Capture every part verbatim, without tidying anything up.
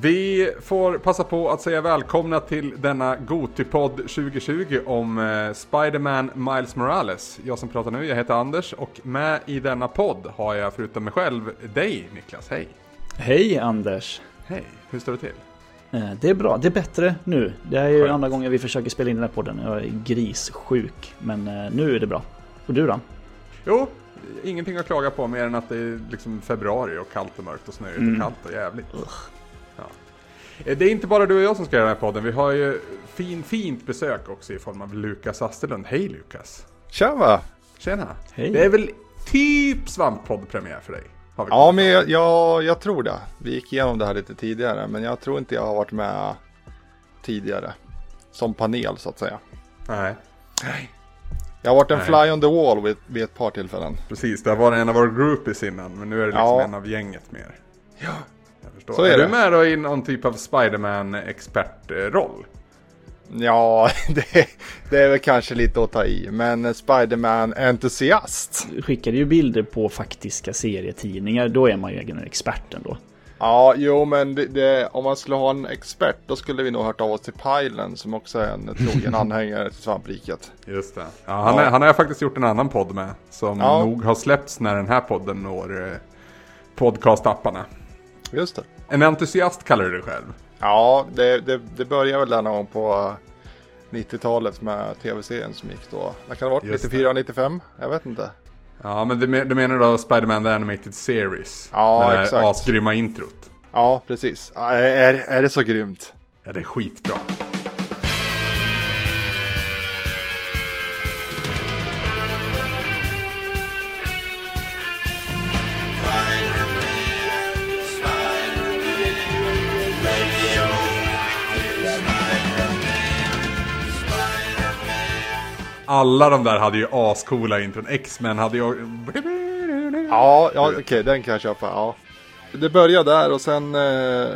Vi får passa på att säga välkomna till denna Gotipodd tjugo tjugo om eh, Spider-Man Miles Morales. Jag som pratar nu, jag heter Anders och med i denna podd har jag förutom mig själv dig, Niklas. Hej! Hej Anders! Hej, hur står det till? Eh, det är bra, det är bättre nu. Det är ju Skönt. andra gången vi försöker spela in den här podden. Jag är grissjuk, men eh, nu är det bra. Och du då? Jo, ingenting att klaga på mer än att det är liksom februari och kallt och mörkt och snöigt mm. och kallt och jävligt. Ja. Det är inte bara du och jag som ska göra den här podden. Vi har ju fin, fint besök också i form av Lukas Asterlund. Hej Lukas! Tjena! Tjena! Hej. Det är väl typ svamppoddpremiär för dig? Har vi ja, men jag, jag, jag tror det. Vi gick igenom det här lite tidigare, men jag tror inte jag har varit med tidigare. Som panel så att säga. Nej. Nej. Jag har varit en Nej. fly on the wall vid, vid ett par tillfällen. Precis, det har varit en av våra groupies innan, men nu är det liksom Ja. en av gänget mer. Ja. Jag förstår. Så är är det. du med då i någon typ av Spider-Man-expertroll? Ja, det, det är väl kanske lite att ta i. Men Spider-Man-entusiast. Du skickade ju bilder på faktiska serietidningar. Då är man ju egen expert ändå. Ja, jo men det, det, om man skulle ha en expert då skulle vi nog hört av oss till Pajlen som också är en trogen anhängare till Svampriket. Just det. Ja, han, Ja. Är, han har jag faktiskt gjort en annan podd med. Som Ja. nog har släppts när den här podden når eh, podcastapparna. Just det. En entusiast kallar du dig själv. Ja, det, det, det började väl där någon gång på nittiotalet med tv-serien som gick då. Det kan ha varit Just nittiofyra nittiofem, jag vet inte. Ja, men du, men- du menar då Spider-Man The Animated Series? Ja, med det här exakt. asgrymma introt. Ja, precis. Ja, Är, är det så grymt? Ja, det är skitbra. Alla de där hade ju ascoola intron. X-Men hade ju... Ja, ja okej, okay, den kan jag köpa. Ja. Det började där och sen eh,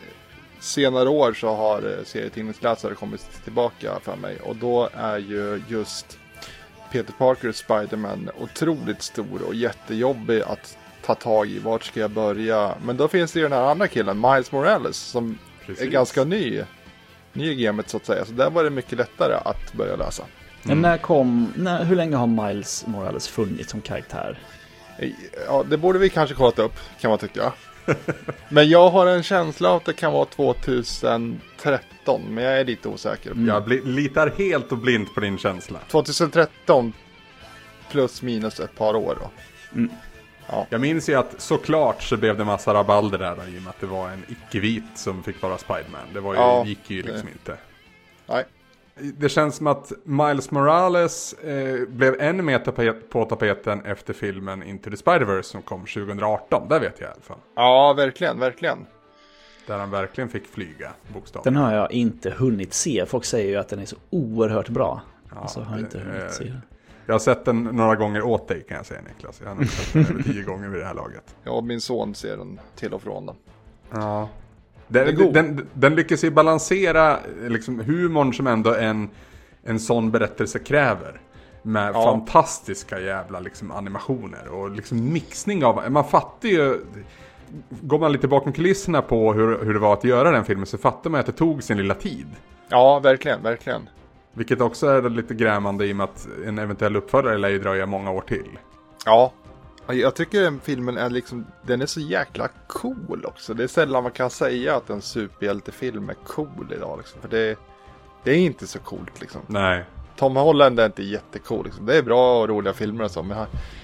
senare år så har eh, serietidningsläsare kommit tillbaka för mig. Och då är ju just Peter Parkers Spider-Man otroligt stor och jättejobbig att ta tag i. Vart ska jag börja? Men då finns det ju den här andra killen, Miles Morales, som Precis. är ganska ny. Ny i gamet så att säga. Så där var det mycket lättare att börja läsa. Men när kom, när, hur länge har Miles Morales funnits som karaktär? Ja, det borde vi kanske kollat upp, kan man tycka. Men jag har en känsla att det kan vara tjugohundratretton, men jag är lite osäker. Mm. Jag bli, litar helt och blint på din känsla. tjugohundratretton plus minus ett par år då. Mm. Ja. Jag minns ju att såklart så blev det massa rabalder där då, i och med att det var en icke-vit som fick vara Spider-Man. Det var ju, Ja, gick ju liksom det. inte. Nej. Det känns som att Miles Morales eh, blev ännu mer tapet, på tapeten efter filmen Into the Spider-Verse som kom tjugohundraarton. Där vet jag i alla fall. Ja, verkligen, verkligen. Där han verkligen fick flyga, bokstavligt. Den har jag inte hunnit se. Folk säger ju att den är så oerhört bra. Ja, alltså har jag inte det- hunnit se den. Jag har sett den några gånger åt dig, kan jag säga, Niklas. Jag har nog sett den över tio gånger vid det här laget. Jag och min son ser den till och från den. Ja. Den är Den, god. den, den lyckas ju balansera liksom, humorn som ändå en, en sån berättelse kräver. Med Ja. fantastiska jävla liksom, animationer och liksom mixning av... Man fattar ju... Går man lite bakom kulisserna på hur, hur det var att göra den filmen så fattar man att det tog sin lilla tid. Ja, verkligen, verkligen. Vilket också är lite grämande i och med att en eventuell uppföljare lär ju dröja många år till. Ja. Jag tycker den filmen är liksom, den är så jäkla cool också. Det är sällan man kan säga att en superhjältefilm är cool idag liksom. För det, det är inte så coolt liksom. Nej. Tom Holland är inte jättecool liksom. Det är bra och roliga filmer och så, men han,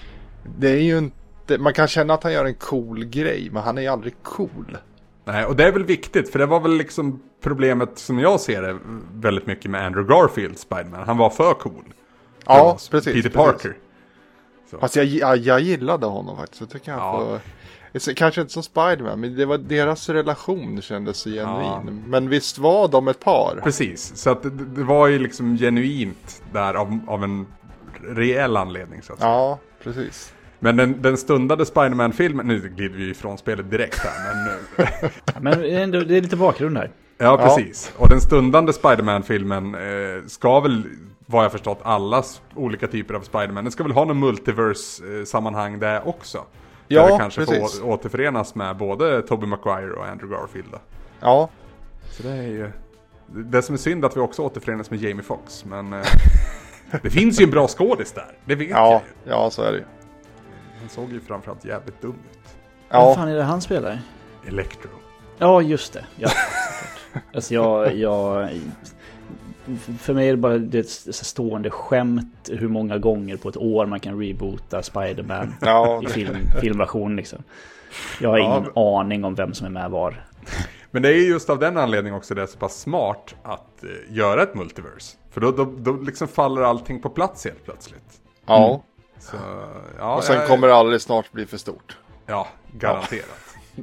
det är ju inte, man kan känna att han gör en cool grej, men han är ju aldrig cool. Nej, och det är väl viktigt, för det var väl liksom problemet som jag ser det väldigt mycket med Andrew Garfield Spider-Man. Han var för cool. Ja, För precis. Peter precis. Parker. Så. Fast jag, jag, jag gillade honom faktiskt. Jag tycker han Ja. får, så, kanske inte som Spider-Man, men det var deras relation kändes så genuin. Ja. Men visst var de ett par? Precis, så att det, det var ju liksom genuint där av, av en reell anledning så att säga. Ja, precis. Men den, den stundade Spider-Man-filmen, nu glider vi ifrån spelet direkt här, men... Men ändå, det är lite bakgrund här. Ja, precis. Och den stundande Spider-Man-filmen eh, ska väl, vad jag förstått, allas olika typer av Spider-Man. Den ska väl ha någon multiverse-sammanhang där också. Ja, där det kanske precis. får återförenas med både Tobey Maguire och Andrew Garfield då. Ja. Så det är ju... Det som är synd att vi också återförenas med Jamie Foxx, men eh, det finns ju en bra skådis där, det vet ja, jag ju. Ja, så är det ju. Han såg ju framförallt jävligt dum ut. Ja. Vad fan är det han spelar? Electro. Ja, just det. Ja, alltså jag, jag... För mig är det bara ett stående skämt hur många gånger på ett år man kan reboota Spider-Man ja. i film, filmversion liksom. Jag har ja. ingen aning om vem som är med var. Men det är just av den anledningen också det är så pass smart att uh, göra ett multiverse. För då, då, då liksom faller allting på plats helt plötsligt. Ja. Mm. Så, ja och sen jag... kommer det alldeles snart bli för stort. Ja, garanterat. Ja.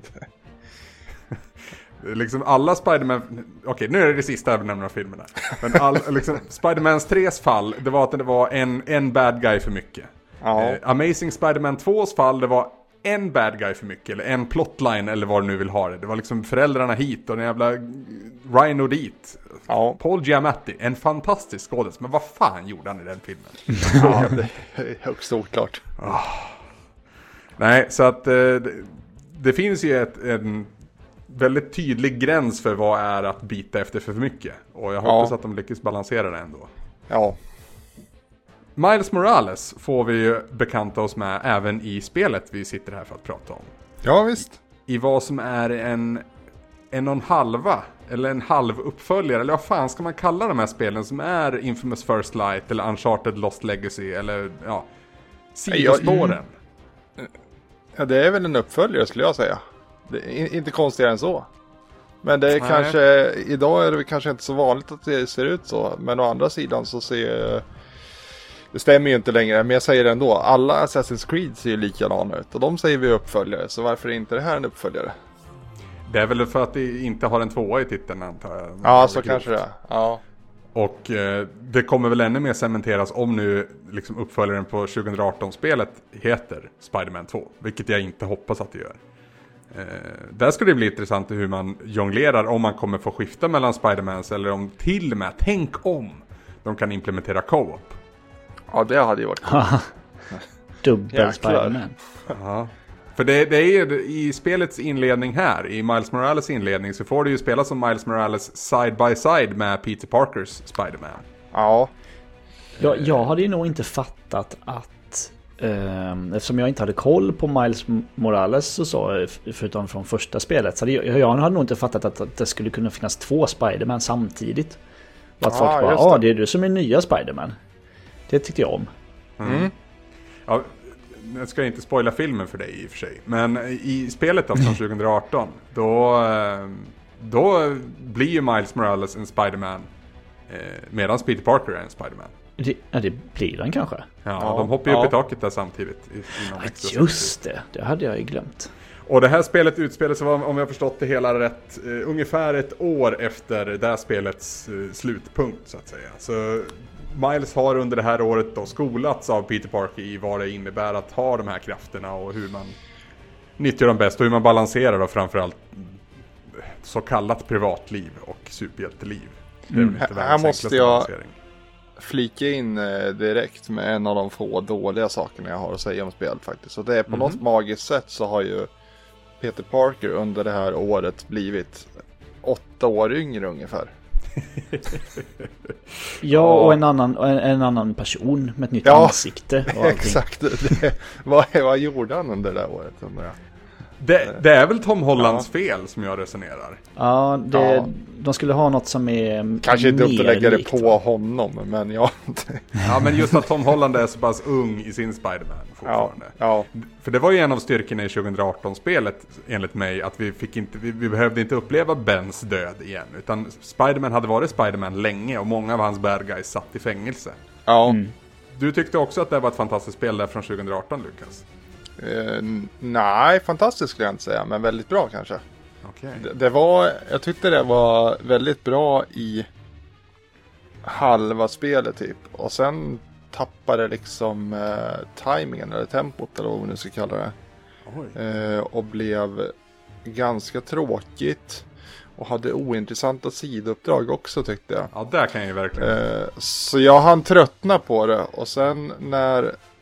Liksom alla Spider-Man... Okej, okay, nu är det det sista jag nämner av filmerna. Men all, liksom, Spider-Mans tres fall, det var att det var en, en bad guy för mycket. Ja. Eh, Amazing Spider-Man tvås fall, det var en bad guy för mycket. Eller en plotline, eller vad du nu vill ha det. Det var liksom föräldrarna hit och den jävla Rhino dit. Ja. Paul Giamatti, en fantastisk skådis. Men vad fan gjorde han i den filmen? Ja, det är högst oklart. Oh. Nej, så att eh, det, det finns ju ett... En, väldigt tydlig gräns för vad är att bita efter för mycket. Och jag hoppas ja. att de lyckas balansera det ändå. Ja. Miles Morales får vi ju bekanta oss med även i spelet vi sitter här för att prata om. Ja, visst. I, i vad som är en en och en halva eller en halv uppföljare, eller vad fan ska man kalla de här spelen som är Infamous First Light eller Uncharted Lost Legacy eller ja, sidospåren. Ja, ja, det är väl en uppföljare skulle jag säga. Det är inte konstigare än så. Men det är Nej. kanske, idag är det kanske inte så vanligt att det ser ut så. Men å andra sidan så ser, det stämmer ju inte längre. Men jag säger det ändå, alla Assassin's Creed ser ju likadana ut. Och de säger vi uppföljare, så varför är inte det här en uppföljare? Det är väl för att det inte har en tvåa i titeln antar jag. Ja, så kanske det är. Ja. Och eh, det kommer väl ännu mer cementeras om nu liksom uppföljaren på tjugoarton-spelet heter Spider-Man två. Vilket jag inte hoppas att det gör. Eh, där skulle det bli intressant hur man jonglerar om man kommer få skifta mellan Spider-Mans eller om till och med, tänk om de kan implementera co-op. Ja, det hade ju varit cool. Dubbel Spider-Man. Ja. För det, det är ju i spelets inledning här, i Miles Morales inledning, så får du ju spela som Miles Morales side by side med Peter Parkers Spider-Man. Ja. Jag, jag hade ju nog inte fattat att eh, eftersom jag inte hade koll på Miles Morales och så, förutom från första spelet, så hade jag, jag hade nog inte fattat att, att det skulle kunna finnas två Spider-Man samtidigt. Och att ah, folk bara, ja ah, det är du som är nya Spider-Man. Det tyckte jag om. Mm. Mm. Ja, jag ska inte spoila filmen för dig i och för sig. Men i spelet då, från tjugoarton, då, då blir ju Miles Morales en Spider-Man eh, medan Peter Parker är en Spider-Man. Det, ja, det blir han kanske. Ja, ja de hoppar ju ja. upp i taket där samtidigt. Ja, just det, det hade jag ju glömt. Och det här spelet utspelar sig, om jag har förstått det hela rätt, uh, ungefär ett år efter det här spelets uh, slutpunkt så att säga. Så Miles har under det här året då skolats av Peter Parker i vad det innebär att ha de här krafterna och hur man nyttjar dem bäst och hur man balanserar då framförallt så kallat privatliv och superhjälteliv. Det är mm. väl inte här måste jag flika in direkt med en av de få dåliga sakerna jag har att säga om spel faktiskt. Och det är på mm. något magiskt sätt så har ju Peter Parker under det här året blivit åtta år yngre ungefär. Ja, och en annan, en, en annan person med ett nytt ja, ansikte. Och exakt. Det, vad, vad gjorde han under det där året? Undrar jag. Det, det är väl Tom Hollands ja. fel som jag resonerar. Ja, det, ja, de skulle ha något som är kanske inte upp att lägga det på va? honom, men ja. Ja, men just att Tom Holland är så pass ung i sin Spider-Man fortfarande. Ja, ja. För det var ju en av styrkorna i tjugoarton-spelet enligt mig, att vi, fick inte, vi, vi behövde inte uppleva Bens död igen. Utan Spider-Man hade varit Spider-Man länge och många av hans bad guys satt i fängelse. Ja. Mm. Du tyckte också att det var ett fantastiskt spel där från tjugoarton, Lukas? Uh, nej, fantastiskt skulle jag inte säga, men väldigt bra kanske. Okay. Det, det var, jag tyckte det var väldigt bra i halva spelet typ. Och sen tappade liksom uh, timingen eller tempot eller vad man nu ska kalla det. Uh, och blev ganska tråkigt. Och hade ointressanta sidouppdrag också tyckte jag. Ja, där kan jag ju verkligen. Uh, så jag hann tröttna på det. Och sen när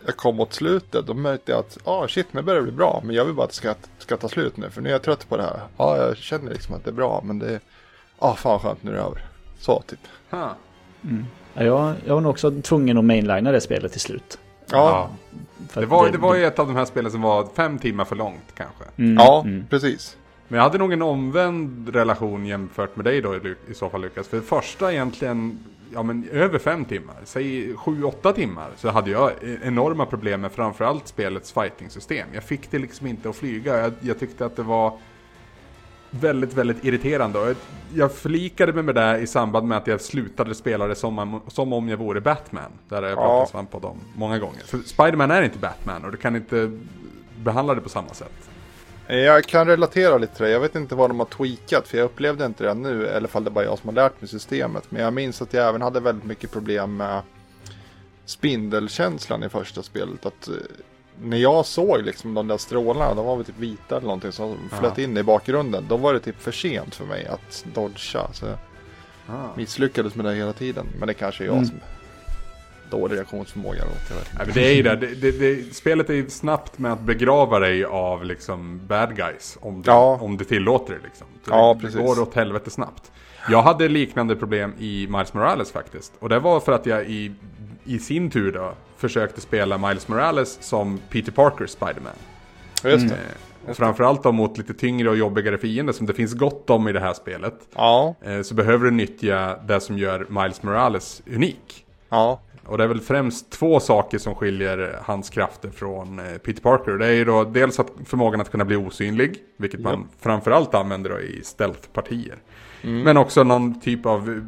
jag kom mot slutet, då märkte jag att ah, shit, men det börjar bli bra. Men jag vill bara att det ska, ska ta slut nu, för nu är jag trött på det här. Ja, jag känner liksom att det är bra, men det är ah, fan skönt, nu är det över. Så typ. Huh. Mm. Ja, jag, jag var nog också tvungen att mainlina det spelet till slut. Ja, ja. Det, var, det, det var ju ett av de här spelen som var fem timmar för långt kanske. Mm, ja, mm. precis. Men jag hade nog en omvänd relation jämfört med dig då i så fall, Lukas. För det första egentligen, ja men över fem timmar, säg sju, åtta timmar, så hade jag enorma problem med framförallt spelets fighting-system. Jag fick det liksom inte att flyga. Jag, jag tyckte att det var väldigt, väldigt irriterande. Och jag, jag förlikade mig med det i samband med att jag slutade spela det som, som om jag vore Batman. Där jag pratat ja. på dem många gånger. För Spider-Man är inte Batman och du kan inte behandla det på samma sätt. Jag kan relatera lite till det. Jag vet inte vad de har tweakat, för jag upplevde inte det nu, eller fall det är bara jag som har lärt mig systemet. Men jag minns att jag även hade väldigt mycket problem med spindelkänslan i första spelet. Att när jag såg liksom de där strålarna, de var väl typ vita eller någonting som flöt in i bakgrunden, då var det typ för sent för mig att dodga. Så jag ah. misslyckades med det hela tiden. Men det kanske är jag mm. som dålig reaktionsförmåga. Ja, men det är ju det. Det, det, det. Spelet är ju snabbt med att begrava dig av liksom bad guys. Om det, ja. om det tillåter det liksom. Så ja, det, precis. det går åt helvete snabbt. Jag hade liknande problem i Miles Morales faktiskt. Och det var för att jag i, i sin tur då försökte spela Miles Morales som Peter Parker Spider-Man. Just det. Eh, och framförallt då mot lite tyngre och jobbigare fiender som det finns gott om i det här spelet. Ja. Eh, så behöver du nyttja det som gör Miles Morales unik. Ja. Och det är väl främst två saker som skiljer hans krafter från eh, Peter Parker. Det är ju då dels att förmågan att kunna bli osynlig, vilket man ja. framförallt använder då i stealth-partier. Mm. Men också någon typ av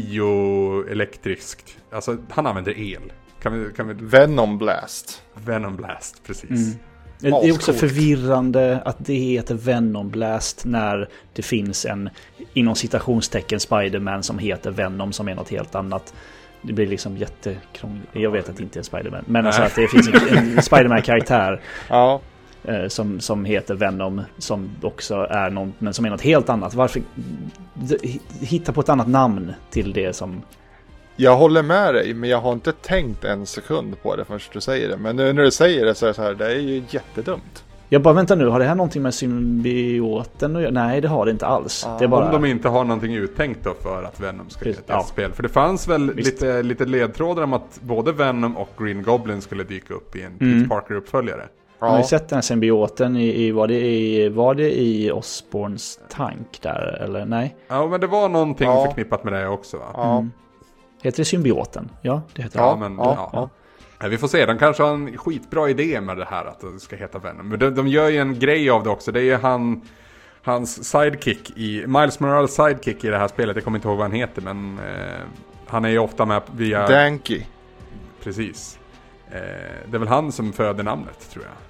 bioelektriskt, alltså han använder el. Kan vi, kan vi... Venom Blast. Venom Blast, precis. Mm. Det är också förvirrande att det heter Venom Blast när det finns en inom citationstecken Spider-Man som heter Venom som är något helt annat. Det blir liksom jättekrångligt. Jag vet att det inte är Spider-Man. Men alltså att det finns en, en Spider-Man-karaktär ja. eh, som, som heter Venom. Som också är någon, men som är något helt annat. Varför d- hitta på ett annat namn till det som... Jag håller med dig, men jag har inte tänkt en sekund på det först du säger det. Men nu när du säger det så är det så här, det är ju jättedumt. Jag bara, vänta nu, har det här någonting med symbioten att göra? Nej, det har det inte alls. Ah. Det är bara... Om de inte har någonting uttänkt då för att Venom ska heta ja. ett spel. För det fanns väl lite, lite ledtrådar om att både Venom och Green Goblin skulle dyka upp i en mm. Peter Parker-uppföljare. Ja. Har ni sett den här symbioten i, i, var, det i, var det i Osborns tank där, eller nej? Ja, men det var någonting ja. förknippat med det också, va? Ja. Mm. Heter det symbioten? Ja, det heter ja, det. Men, ja, ja. Ja. Vi får se, de kanske har en skitbra idé med det här att det ska heta Venom. Men de, de gör ju en grej av det också. Det är ju han, hans sidekick i Miles Morales sidekick i det här spelet. Jag kommer inte ihåg vad han heter, men eh, han är ju ofta med via... Danky. Precis. Eh, det är väl han som föder namnet, tror jag.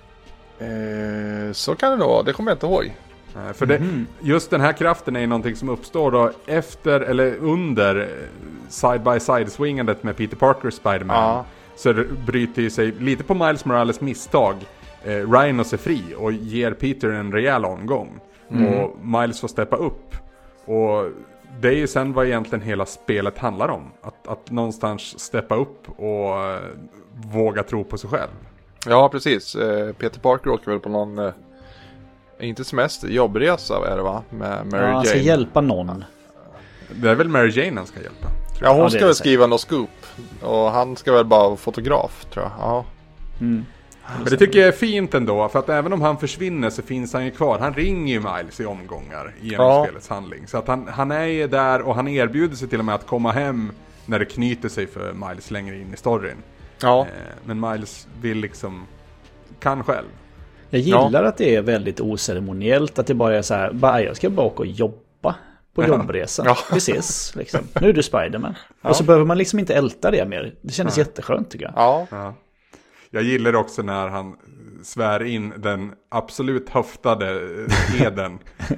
Eh, så kan det nog vara, det kommer jag inte ihåg. Eh, för det, mm. just den här kraften är ju någonting som uppstår då efter eller under side-by-side-swingandet med Peter Parker Spider-Man. Ja. Så det bryter ju sig lite på Miles Morales misstag. Eh, Rhino ser fri och ger Peter en rejäl omgång. Mm. Och Miles får steppa upp. Och det är ju sen vad egentligen hela spelet handlar om. Att, att någonstans steppa upp och eh, våga tro på sig själv. Ja, precis. Eh, Peter Parker åker väl på någon, eh, inte semester, jobbresa är det va? Med Mary ja, Jane. Han ska hjälpa någon. Det är väl Mary Jane han ska hjälpa. Ja, hon ja, ska väl skriva något scoop. Och han ska väl bara vara fotograf, tror jag. Ja. Mm. Men det tycker jag är fint ändå. För att även om han försvinner så finns han ju kvar. Han ringer ju Miles i omgångar genom ja. spelets handling. Så att han, han är ju där och han erbjuder sig till och med att komma hem när det knyter sig för Miles längre in i storyn. Ja. Men Miles vill liksom, kan själv. Jag gillar ja. att det är väldigt oceremoniellt. Att det bara är så här, bara, jag ska bara åka och jobba på ja. jobbresan. Ja. Vi ses liksom. Nu är du Spider-Man. Ja. Och så behöver man liksom inte älta det mer. Det kändes ja. jätteskönt tycker jag. Ja. ja. Jag gillar också när han svär in den absolut höftade eden.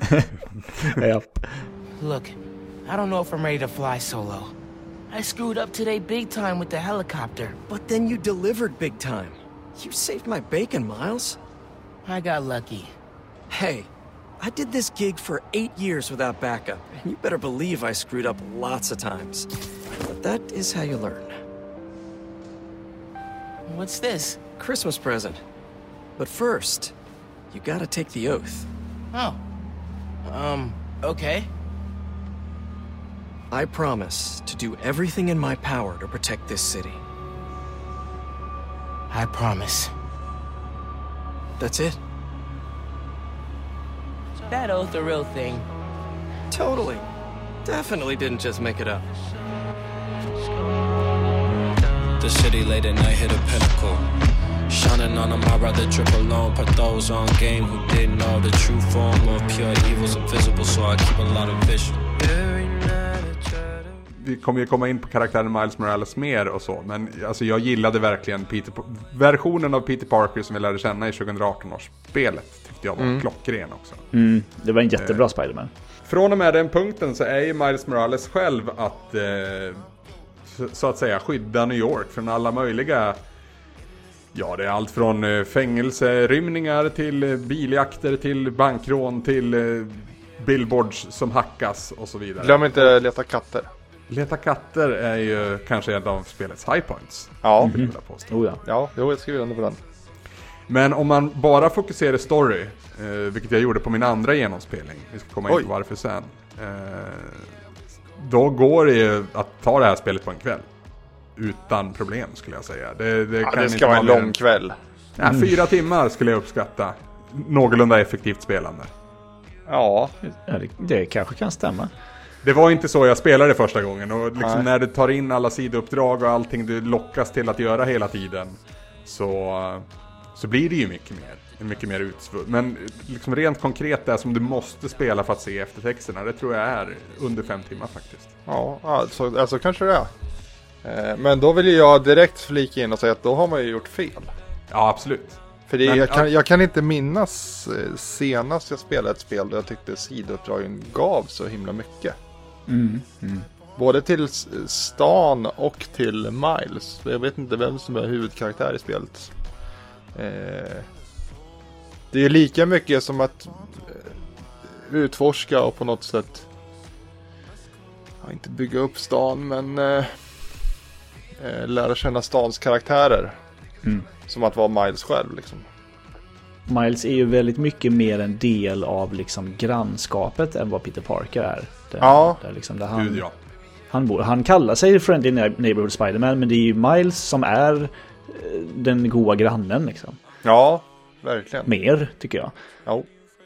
ja. Look, I don't know if I'm ready to fly solo. I screwed up today big time with the helicopter. But then you delivered big time. You saved my bacon, Miles. I got lucky. Hey, I did this gig for eight years without backup, and you better believe I screwed up lots of times. But that is how you learn. What's this? Christmas present. But first, you gotta take the oath. Oh. Um, okay. I promise to do everything in my power to protect this city. I promise. That's it? That oath a real thing? Totally. Definitely didn't just make it up. The city late at night hit a pinnacle. Shining on them, I'd rather trip alone. Put those on game who didn't know the true form of pure evil's invisible, so I keep a lot of vision. Vi kommer ju komma in på karaktären Miles Morales mer och så, men alltså jag gillade verkligen Peter, versionen av Peter Parker som vi lärde känna i tjugoarton års spelet. Tyckte jag var mm. klockren också. Mm, det var en jättebra eh, Spider-Man. Från och med den punkten så är ju Miles Morales själv att eh, så, så att säga skydda New York från alla möjliga. Ja, det är allt från eh, fängelserymningar till eh, biljakter till bankrån till eh, billboards som hackas och så vidare. Glöm inte leta katter. Leta katter är ju kanske en av spelets high points. Ja. Mm. Oh, ja. Ja, jo, jag skriver under på den. Men om man bara fokuserar story, eh, vilket jag gjorde på min andra genomspelning, vi ska komma in på varför sen, eh, då går det ju att ta det här spelet på en kväll. Utan problem skulle jag säga. Det, det, ja, kan det ska inte vara en lång kväll. Ja, mm. Fyra timmar skulle jag uppskatta. Någorlunda effektivt spelande. Ja, det, det kanske kan stämma. Det var inte så jag spelade första gången. Och liksom när du tar in alla sidouppdrag och allting du lockas till att göra hela tiden, så, så blir det ju mycket mer. Mycket mer utsvull. Men liksom rent konkret det som du måste spela för att se eftertexterna, det tror jag är under fem timmar faktiskt. Ja, alltså, alltså kanske det är. Men då vill jag direkt flika in och säga att då har man ju gjort fel. Ja, absolut. För det, Men, jag, kan, ja. jag kan inte minnas senast jag spelade ett spel där jag tyckte sidouppdragen gav så himla mycket. Mm, mm. Både till stan och till Miles. Jag vet inte vem som är huvudkaraktär i spelet. Eh, det är lika mycket som att utforska och på något sätt, ja, inte bygga upp stan, men eh, lära känna stans karaktärer. Mm. Som att vara Miles själv liksom. Miles är ju väldigt mycket mer en del av liksom grannskapet än vad Peter Parker är. Där, ja. Där liksom, där han, Gud, ja. han, bor, han kallar sig Friendly Neighborhood Spider-Man, men det är ju Miles som är den goda grannen liksom. Ja, verkligen. Mer, tycker jag. Ja.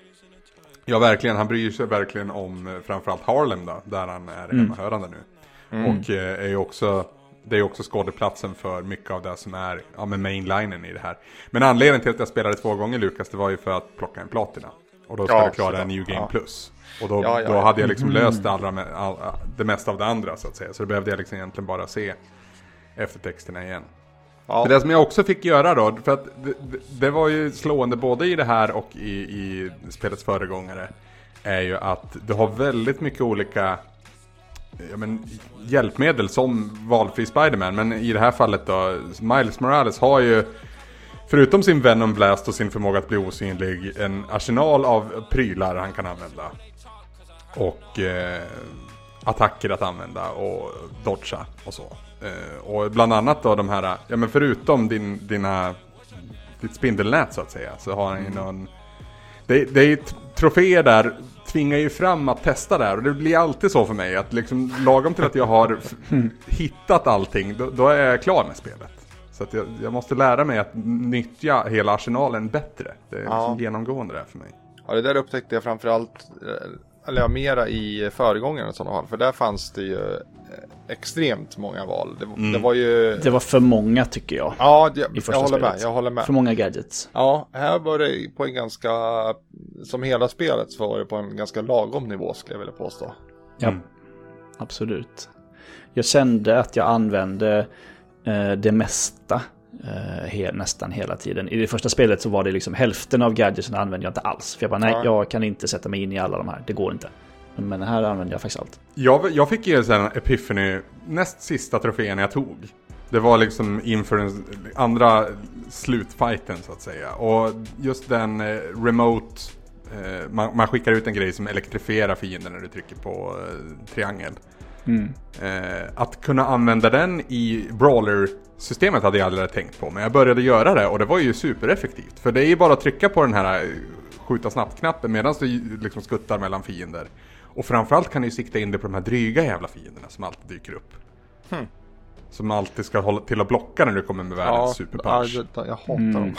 Ja, verkligen. Han bryr sig verkligen om framförallt Harlem då, där han är Mm. hemmahörande nu. Mm. Och eh, är ju också... Det är också skådeplatsen för mycket av det som är ja, med mainlinen i det här. Men anledningen till att jag spelade två gånger, Lukas, det var ju för att plocka en platina. Och då ska ja, du klara en New Game ja. Plus. Och då, ja, ja, då ja. hade jag liksom mm. löst det, allra med, all, det mesta av det andra så att säga. Så då behövde jag liksom egentligen bara se eftertexterna igen. Ja. Men det som jag också fick göra då, för att det, det, det var ju slående både i det här och i, i spelets föregångare, är ju att du har väldigt mycket olika... Ja, men, hjälpmedel som valfri Spider-Man. Men i det här fallet då, Miles Morales har ju, förutom sin Venom Blast och sin förmåga att bli osynlig, en arsenal av prylar han kan använda. Och eh, attacker att använda och dodga och så. Eh, och bland annat då de här, ja men förutom din, dina, ditt spindelnät så att säga, så har han ju någon... Det, det är ju troféer där, tvingar ju fram att testa där. Och det blir alltid så för mig att liksom, lagom till att jag har f- hittat allting, då, då är jag klar med spelet. Så att jag, jag måste lära mig att nyttja hela arsenalen bättre. Det är ja. liksom genomgående där för mig. Ja, det där upptäckte jag framförallt, eller mera i föregångaren i sådana fall. För där fanns det ju extremt många val. Det, Mm. det var ju... Det var för många, tycker jag. Ja, jag, i första jag håller spelet. med, jag håller med. För många gadgets. Ja, här var det på en ganska, som hela spelet så var det på en ganska lagom nivå, skulle jag vilja påstå. Ja, Mm. absolut. Jag kände att jag använde eh, det mesta eh, he- nästan hela tiden. I det första spelet så var det liksom hälften av gadgetsen använde jag inte alls. För jag bara, nej, Ja. jag kan inte sätta mig in i alla de här. Det går inte. Men här använder jag faktiskt allt. Jag, jag fick ju en Epiphany, näst sista trofén jag tog. Det var liksom inför den andra slutfighten så att säga. Och just den eh, remote, eh, man, man skickar ut en grej som elektrifierar fienden när du trycker på eh, triangel. Mm. Eh, att kunna använda den i brawler-systemet hade jag aldrig tänkt på. Men jag började göra det och det var ju supereffektivt. För det är ju bara att trycka på den här skjuta snabbt-knappen medan du liksom skuttar mellan fiender. Och framförallt kan du ju sikta in det på de här dryga jävla fienderna som alltid dyker upp. Hmm. Som alltid ska hålla till att blocka när du kommer med världens ja, superpunch. Ja, jag hatar mm. dem.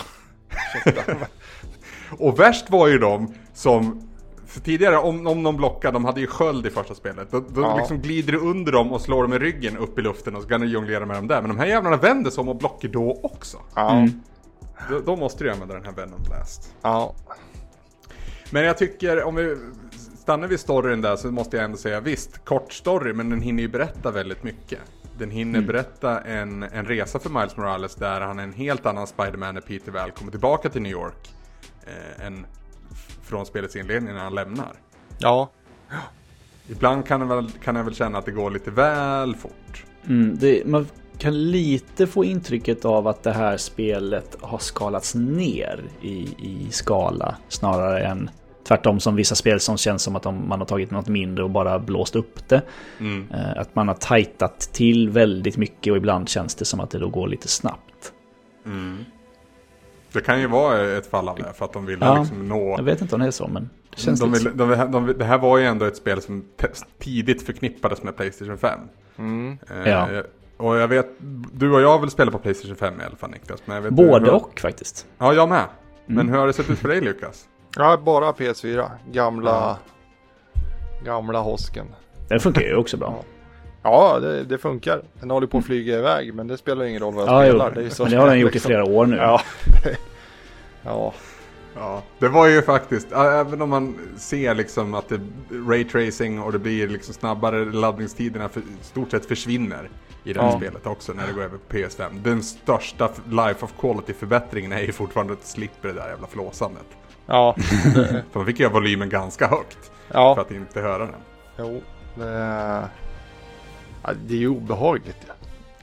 Och värst var ju de som... För tidigare, om, om de blockade, de hade ju sköld i första spelet. Då, då ja. liksom glider du under dem och slår dem med ryggen upp i luften och så kan du jonglera med dem där. Men de här jävlarna vänder sig om och blockar då också. Ja. Mm. Då, då måste du använda den här Venom Blast. Ja. Men jag tycker, om vi stannar vid storyn där så måste jag ändå säga, visst, kort story, men den hinner ju berätta väldigt mycket. Den hinner mm. berätta en, en resa för Miles Morales där han är en helt annan Spider-Man när Peter väl kommer tillbaka till New York eh, än från spelets inledning när han lämnar. Ja. Ibland kan jag väl, kan jag väl känna att det går lite väl fort. Mm, det, man kan lite få intrycket av att det här spelet har skalats ner i, i skala snarare än tvärtom som vissa spel som känns som att de, man har tagit något mindre och bara blåst upp det. Mm. Att man har tajtat till väldigt mycket och ibland känns det som att det då går lite snabbt. Mm. Det kan ju vara ett fall av det för att de ville ja, liksom nå... Jag vet inte om det är så, men det känns de lite vill, de, de, de, Det här var ju ändå ett spel som tidigt förknippades med PlayStation fem. Mm. Eh, ja. Och jag vet, du och jag vill spela på PlayStation fem i alla fall, Niklas. Men jag vet både hur... och faktiskt. Ja, jag med. Mm. Men hur har det sett ut för dig, Lukas? Ja, bara P S fyra. Gamla... Ja. Gamla hosken. Den funkar ju också bra. Ja. Ja, det, det funkar. Den håller på att flyga iväg, men det spelar ingen roll vad jag ja, spelar. Jo, det, är så men det har den gjort liksom... i flera år nu. Ja, det... ja. Ja, det var ju faktiskt, även om man ser liksom att det raytracing och det blir liksom snabbare laddningstiderna för, stort sett försvinner i det här ja. spelet också när det går över på P S fem. Den största life of quality-förbättringen är ju fortfarande att slippa det där jävla flåsandet. Ja. För man fick ju volymen ganska högt ja. för att inte höra den. Jo, det är, ja, det är ju obehagligt. Ja.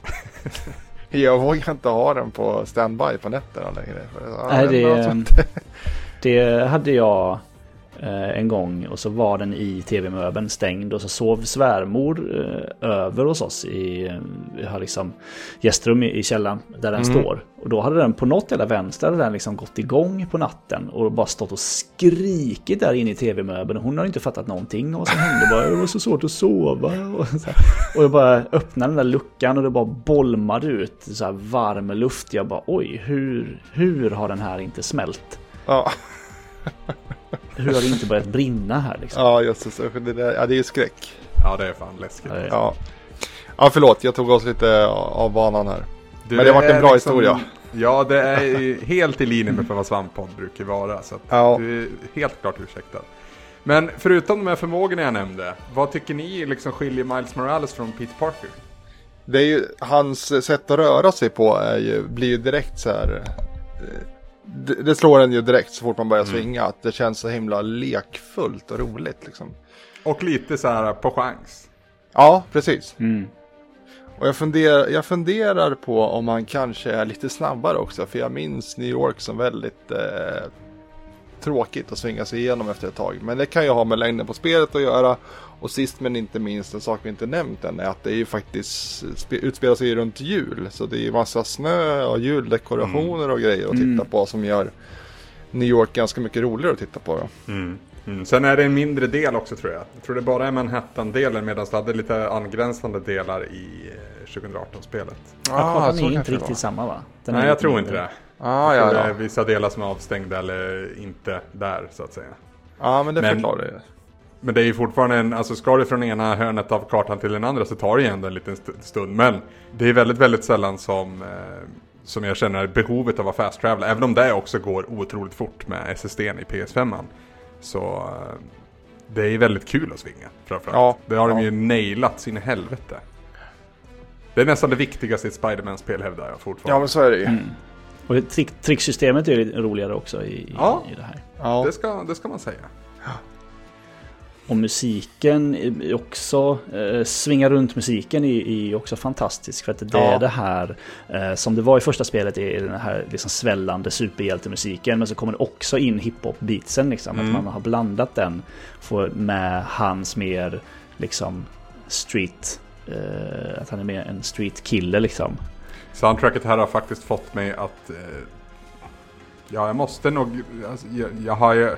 Jag vågar inte ha den på standby på nätterna längre. Nej, det, det hade jag eh, en gång och så var den i tv-möbeln stängd och så sov svärmor eh, över hos oss i vi har liksom gästrum i, i källaren där den mm. står. Och då hade den på något jävla vänster hade den liksom gått igång på natten och bara stått och skrikit där inne i tv-möbeln. Hon har inte fattat någonting och så hände bara, det var så svårt att sova. Och, så här. Och jag bara öppnade den där luckan och det bara bolmade ut så här varm luft. Jag bara, oj, hur, hur har den här inte smält? Ja. Hur har det inte börjat brinna här liksom? Ja, just det. Det, där, ja, det är ju skräck. Ja, det är fan läskigt. Ja, ja. ja förlåt. Jag tog oss lite av banan här. Du, men det har varit en bra liksom, historia. Ja, det är helt i linje med vad Svamppodd brukar vara. Så att ja. du är helt klart ursäktad. Men förutom de här förmågorna jag nämnde, vad tycker ni liksom skiljer Miles Morales från Peter Parker? Det är ju, hans sätt att röra sig på är ju, blir ju direkt så här... Det, det slår en ju direkt så fort man börjar mm. svinga. Att det känns så himla lekfullt och roligt liksom. Och lite så här på chans. Ja, precis. Mm. Och jag funderar, jag funderar på om han kanske är lite snabbare också. För jag minns New York som väldigt eh, tråkigt att svinga sig igenom efter ett tag. Men det kan ju ha med längden på spelet att göra. Och sist men inte minst, en sak vi inte nämnt än, är att det är ju faktiskt utspelar sig runt jul. Så det är ju massa snö och juldekorationer mm. och grejer att titta mm. på som gör New York ganska mycket roligare att titta på. Då. Mm. Mm. Sen är det en mindre del också tror jag. Jag tror det bara är Manhattan-delen medan det hade lite angränsande delar i tjugohundraarton-spelet. Ah, ja, det är inte riktigt samma va? Den Nej, jag tror mindre. inte det. Ah, jag tror ja, det är ja. vissa delar som är avstängda eller inte där så att säga. Ja, men det men, förklarar det. Men det är ju fortfarande en, alltså ska du från ena hörnet av kartan till den andra så tar det ju ändå en liten stund. Men det är väldigt, väldigt sällan som, eh, som jag känner behovet av att fast travel. Även om det också går otroligt fort med S S D:n i P S fem. Så eh, det är väldigt kul att svinga framförallt. Ja, det har ja. de ju nailat sin helvete. Det är nästan det viktigaste i ett Spider-Man-spel hävdar jag fortfarande. Ja, men så är det ju. Mm. Och trick- tricksystemet är ju roligare också i, ja. i det här. Ja, det ska, det ska man säga. Ja. Och musiken är också, eh, svinga runt musiken är, är också fantastisk. För att det är ja. det här, eh, som det var i första spelet, är den här liksom svällande superhjältemusiken. Men så kommer det också in hiphop-beatsen liksom. Mm. Att man har blandat den för, med hans mer liksom street, uh, att han är mer en street killer liksom. Soundtracket här har faktiskt fått mig att uh, ja, jag måste nog alltså, jag, jag har ju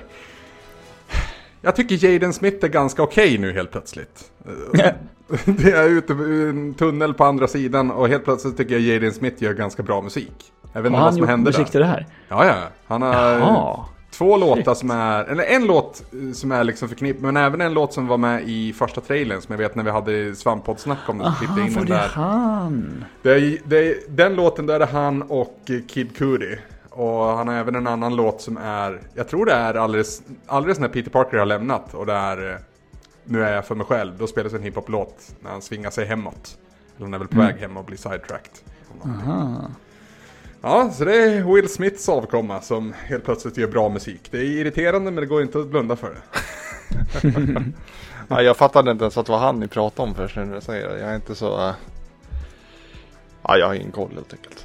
jag tycker Jaden Smith är ganska okej okay nu helt plötsligt. Det är ute i en tunnel på andra sidan och helt plötsligt tycker jag Jaden Smith gör ganska bra musik. Jag vet inte vad som händer där. Musik till det här? Ja, ja. Han har Jaha. två låtar som är, eller en låt som är liksom förknippad, men även en låt som var med i första trailern som jag vet när vi hade Svampoddsnack om den. Aha, in var den det där. han? Det är, det är, den låten där är han och Kid Cudi. Och han har även en annan låt som är, jag tror det är alldeles, alldeles när Peter Parker har lämnat och det är Nu är jag för mig själv. Då spelas en hiphop-låt när han svingar sig hemåt. Eller han är väl på mm. väg hem och blir sidetracked. Aha. Ja, så det är Will Smiths avkomma som helt plötsligt gör bra musik. Det är irriterande men det går inte att blunda för det. Ja, jag fattade inte ens att det var han ni pratade om först när du säger det. Jag är inte så... Uh... Ja, jag har ingen koll helt enkelt.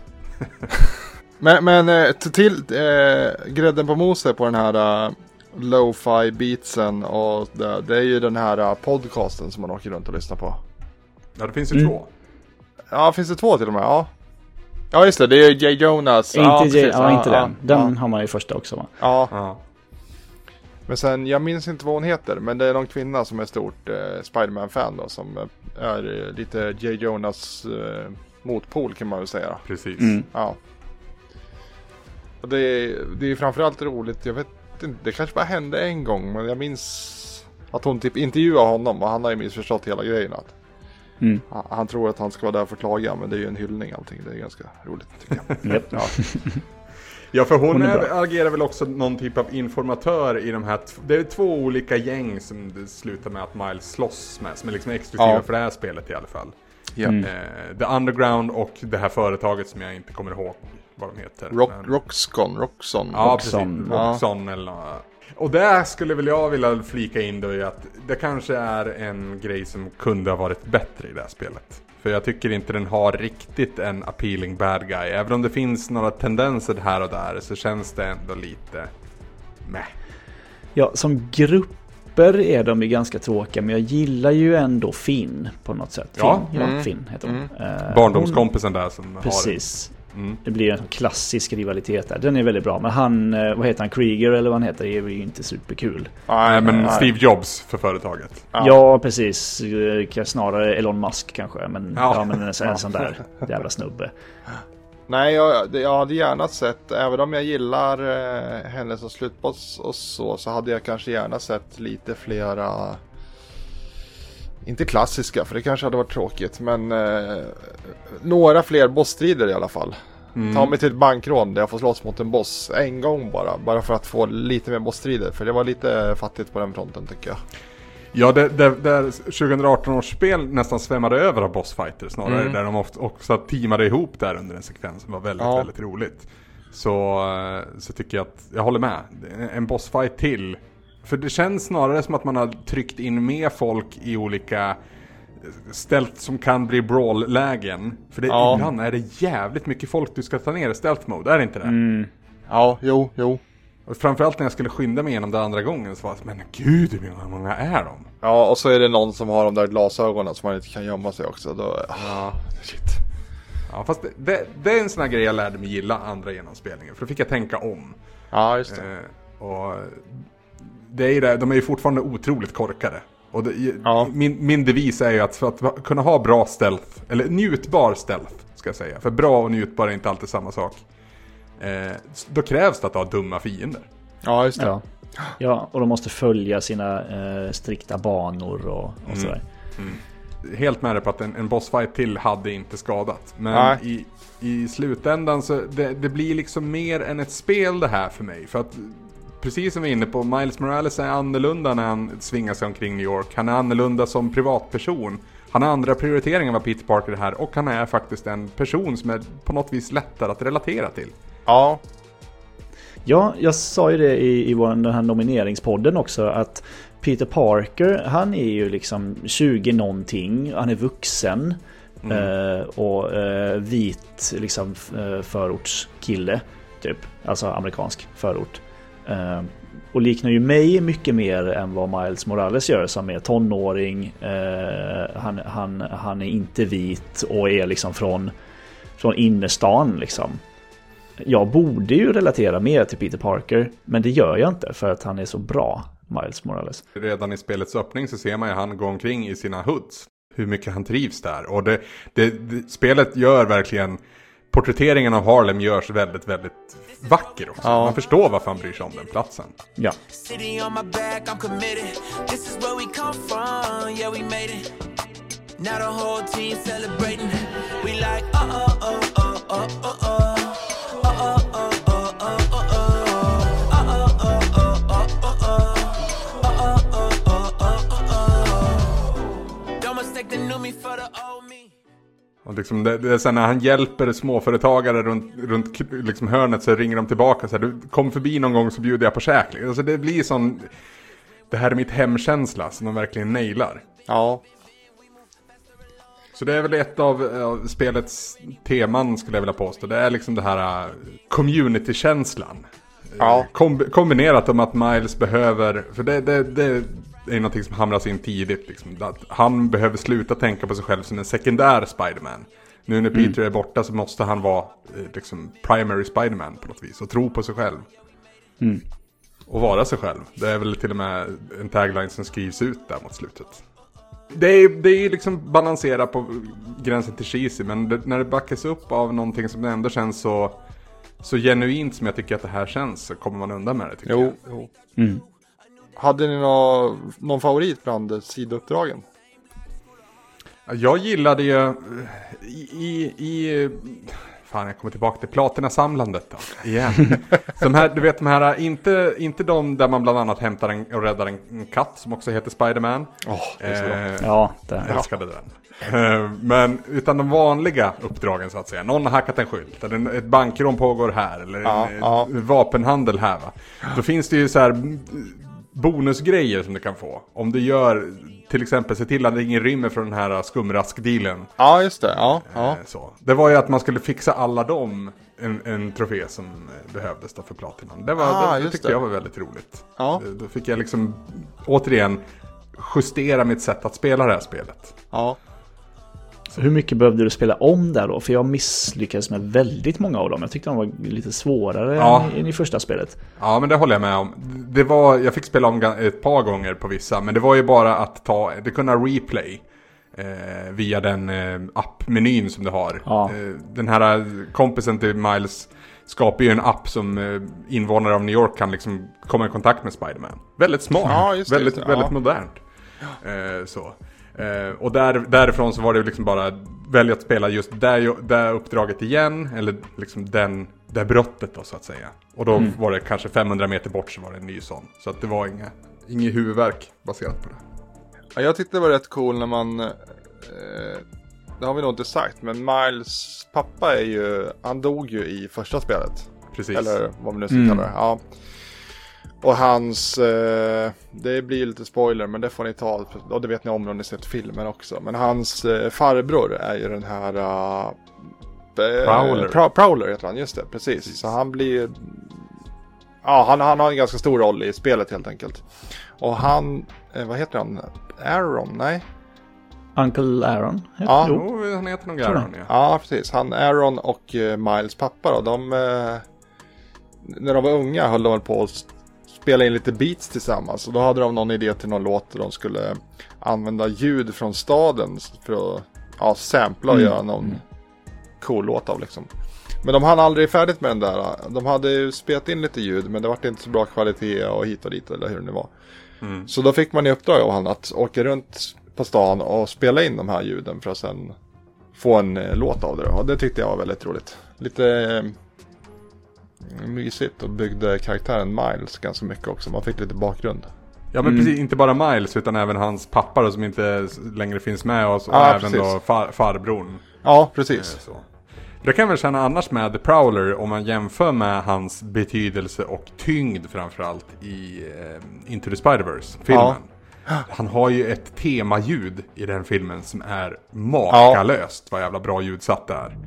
men men till äh, grädden på moset på den här... Uh... lo-fi beatsen och det, det är ju den här podcasten som man åker runt och lyssnar på. Ja, det finns ju mm. två. Ja, finns det två till och med? Ja. Ja, just det. Det är Jay Jonas. Inte, ja, Jay, ja, ja, inte ja, den. Den ja. har man ju första också, va? Ja. ja. Men sen, jag minns inte vad hon heter, men det är någon kvinna som är stort eh, Spider-Man-fan då, som är eh, lite Jay Jonas eh, motpol kan man väl säga. Precis. Mm. Ja. Och det är, det är framförallt roligt, jag vet det kanske bara hände en gång, men jag minns att hon typ intervjuade honom och han har ju missförstått hela grejen att mm. han, han tror att han ska vara där för att klaga, men det är ju en hyllning allting, det är ganska roligt tycker jag. Yep. Ja. Ja, för hon, hon är agerar väl också någon typ av informatör i de här, t- det är två olika gäng som det slutar med att Miles slåss med, som är liksom exklusiva ja. för det här spelet i alla fall. Ja. Mm. Eh, The Underground och det här företaget som jag inte kommer ihåg vad de heter. Rock, men... Roxcon, Roxon. Ja, Roxon. precis. Roxon ja. eller något. Och där skulle väl jag vilja flika in då i att det kanske är en grej som kunde ha varit bättre i det här spelet. För jag tycker inte den har riktigt en appealing bad guy. Även om det finns några tendenser här och där så känns det ändå lite meh. Ja, som grupper är de ju ganska tråkiga, men jag gillar ju ändå Finn på något sätt. Finn, ja, ja mm. Finn heter hon. Mm. Uh, Barndomskompisen där som precis. har Mm. Det blir en klassisk rivalitet där. Den är väldigt bra. Men han, vad heter han? Krieger eller vad han heter, är ju inte superkul. Nej, men nej. Steve Jobs för företaget. Ja, ja precis. Snarare Elon Musk kanske. Men, ja. Ja, men en, ja. en sån där jävla snubbe. Nej, jag, jag hade gärna sett, även om jag gillar eh, henne som slutboss och så, så hade jag kanske gärna sett lite flera... Inte klassiska, för det kanske hade varit tråkigt. Men eh, några fler bossstrider i alla fall. Mm. Ta mig till ett bankrån där jag får slåss mot en boss en gång bara. Bara för att få lite mer bossstrider. För det var lite fattigt på den fronten tycker jag. Ja, det, det, där tjugoarton års spel nästan svämmade över av bossfighter snarare. Mm. Där de ofta också teamade ihop där under en sekvens som var väldigt, ja. väldigt roligt. Så, så tycker jag att, jag håller med. En bossfight till... För det känns snarare som att man har tryckt in med folk i olika stealth som kan bli brawl-lägen. För det, ja. ibland är det jävligt mycket folk du ska ta ner i stealth mode, är det inte det? Mm. Ja, jo, jo. Och framförallt när jag skulle skynda mig igenom det andra gången så var det, men gud hur många är de? Ja, och så är det någon som har de där glasögonen som man inte kan gömma sig också. Då, ja, shit. Ja, fast det, det, det är en sån här grej jag lärde mig gilla andra genomspelningen. För då fick jag tänka om. Ja, just det. Eh, och... Det är det, de är ju fortfarande otroligt korkade. Och det, ja. min, min devis är ju att för att kunna ha bra stealth, eller njutbar stealth ska jag säga. För bra och njutbar är inte alltid samma sak. Eh, då krävs det att ha dumma fiender. Ja, just det. Ja, ja och de måste följa sina eh, strikta banor och, och mm. sådär. Mm. Helt med det på att en, en bossfight till hade inte skadat. Men i, i slutändan så det, det blir liksom mer än ett spel det här för mig. För att precis som vi är inne på, Miles Morales är annorlunda när han svingar sig omkring New York. Han är annorlunda som privatperson. Han har andra prioriteringar än vad Peter Parker är här. Och han är faktiskt en person som är på något vis lättare att relatera till. Ja. Ja, jag sa ju det i, i vår, den här nomineringspodden också. Att Peter Parker, han är ju liksom tjugo någonting. Han är vuxen. Mm. Eh, och eh, vit liksom, eh, förortskille. Typ. Alltså amerikansk förort. Uh, och liknar ju mig mycket mer än vad Miles Morales gör, som är tonåring. Eh, han, han, han är inte vit och är liksom från, från innerstan liksom. Jag borde ju relatera mer till Peter Parker, men det gör jag inte för att han är så bra, Miles Morales. Redan i spelets öppning så ser man ju han gå omkring i sina hoods. Hur mycket han trivs där. Och det, det, det, spelet gör verkligen... Porträtteringen av Harlem görs väldigt, väldigt vacker också. Ja. Man förstår varför han bryr sig om den platsen. Ja. Och liksom det, det är sen när han hjälper småföretagare runt, runt liksom hörnet, så ringer de tillbaka så här, du kom förbi någon gång så bjuder jag på käk. Alltså det blir sån, det här är mitt hemkänsla som de verkligen nailar. Ja. Så det är väl ett av uh, spelets teman, skulle jag vilja påstå. Det är liksom det här uh, community-känslan. Ja. Kom, kombinerat med att Miles behöver, för det, det, det är någonting som hamras in tidigt liksom, att han behöver sluta tänka på sig själv som en sekundär Spider-Man. Nu när Peter mm. är borta så måste han vara liksom primary Spider-Man på något vis och tro på sig själv. Mm. Och vara sig själv. Det är väl till och med en tagline som skrivs ut där mot slutet. Det är, det är liksom balansera på gränsen till cheesy, men det, när det backas upp av någonting som ändå känns så, så genuint som jag tycker att det här känns, så kommer man undan med det, tycker jo, jag. Jo. Mm. Hade ni nå, någon favorit bland sidouppdragen? Jag gillade ju i, i, i fan, jag kommer tillbaka till platinasamlandet då, igen. De här, du vet de här, inte, inte de där man bland annat hämtar en, och räddar en, en katt som också heter Spider-Man. Oh, det är så eh, ja, det jag älskade den. Eh, men utan de vanliga uppdragen så att säga. Någon har hackat en skylt, eller en, ett bankrån pågår här, eller ja, en, ja. en vapenhandel här, va. Då finns det ju så här bonusgrejer som du kan få. Om du gör, till exempel, se till att det ingen rymmer från den här skumraskdealen. Ja, just det. Ja, ja. Eh, så. Det var ju att man skulle fixa alla dem en, en trofé som behövdes då för platinan. Det, var, ah, det, det tyckte det. jag var väldigt roligt. Ja. Då fick jag liksom återigen justera mitt sätt att spela det här spelet. Ja. Så hur mycket behövde du spela om där då? För jag misslyckades med väldigt många av dem. Jag tyckte de var lite svårare ja. än, än i första spelet. Ja, men det håller jag med om. Det var, jag fick spela om ett par gånger på vissa, men det var ju bara att ta, det kunna replay eh, via den eh, app-menyn som du har. Ja. Eh, den här kompisen till Miles skapar ju en app som eh, invånare av New York kan liksom komma i kontakt med Spider-Man. Väldigt smart, ja, just det, väldigt, just det. väldigt Ja. modernt. Eh, så. Uh, och där, därifrån så var det liksom bara välja att spela just där, där uppdraget igen, eller liksom den, där brottet då, så att säga. Och då mm. var det kanske femhundra meter bort så var det en ny sån. Så att det var inga, inga huvudverk baserat på det. Ja, jag tyckte det var rätt cool när man, eh, det har vi nog inte sagt, men Miles pappa är ju, han dog ju i första spelet. Precis. Eller vad man nu ska Mm. kalla det. Ja. Och hans, eh, det blir lite spoiler, men det får ni ta, och det vet ni om om ni sett filmen också. Men hans eh, farbror är ju den här uh, Prowler. Pra- Prowler heter han, just det, precis. precis. Så han blir, ja, han, han har en ganska stor roll i spelet helt enkelt. Och han, eh, vad heter han? Aaron, nej? Uncle Aaron? Heter Ja. Jo. Jo, han heter nog Aaron, ja. Ja, precis. Han, Aaron och eh, Miles pappa då, de, eh, när de var unga höll de på att spela in lite beats tillsammans. Och då hade de någon idé till någon låt där de skulle använda ljud från staden för att ja, sampla och Mm. göra någon cool låt av liksom. Men de hann aldrig färdigt med den där. De hade ju spelat in lite ljud, men det var inte så bra kvalitet och hit och dit eller hur det var. Mm. Så då fick man i uppdrag av han att åka runt på stan och spela in de här ljuden för att sen få en eh, låt av det. Och det tyckte jag var väldigt roligt. Lite eh, mysigt och byggde karaktären Miles ganska mycket också. Man fick lite bakgrund. Ja, men Mm. precis, inte bara Miles utan även hans pappa då, som inte längre finns med oss. Och Ja, även precis. då far, farbrorn. Ja, Eh, precis. Så. Det kan jag väl känna annars med The Prowler, om man jämför med hans betydelse och tyngd framförallt i eh, Into the Spider-Verse-filmen. Ja. Han har ju ett temaljud i den filmen som är makalöst. Ja. Vad jävla bra ljudsatt det är.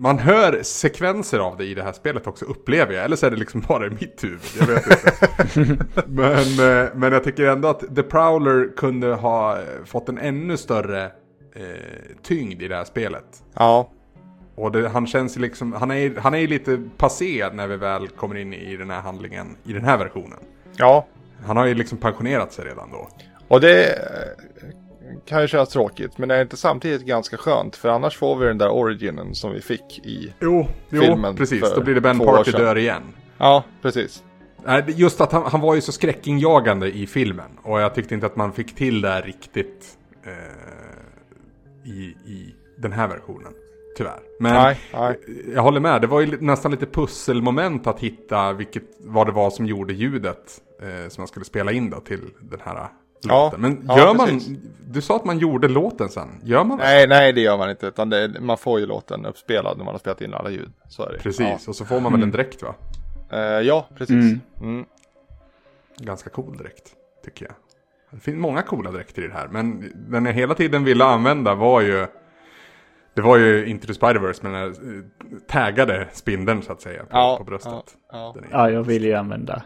man hör sekvenser av det i det här spelet också, upplever jag. Eller så är det liksom bara i mitt huvud, jag vet inte. men, eh, men jag tycker ändå att The Prowler kunde ha fått en ännu större eh, tyngd i det här spelet. Ja. Och det, han känns liksom, han är, han är lite passé när vi väl kommer in i den här handlingen, i den här versionen. Ja. Han har ju liksom pensionerat sig redan då. Och det kan ju kännas tråkigt, men det är inte samtidigt ganska skönt, för annars får vi den där originen som vi fick i jo, filmen. Jo, precis. Då blir det Ben två Parker år sedan. dör igen. Ja, precis. Just att han, han var ju så skräckinjagande i filmen. Och jag tyckte inte att man fick till det riktigt eh, i, i den här versionen. Tyvärr. Men nej, nej. jag håller med. Det var ju nästan lite pusselmoment att hitta vilket, vad det var som gjorde ljudet eh, som man skulle spela in då till den här ja, låten. Men ja, gör man, precis. Du sa att man gjorde låten sen. Gör man det? Nej, nej det gör man inte. Utan det, man får ju låten uppspelad när man har spelat in alla ljud. Så är det. Precis, ja. och så får man väl en direkt va? Uh, ja, precis. Mm. Mm. Ganska cool direkt, tycker jag. Det finns många coola dräkter i det här. Men den jag hela tiden ville använda var ju... Det var ju Into the Spider-Verse med den här taggade spindeln så att säga på, ja, på bröstet. Ja, ja. ja, jag vill ju använda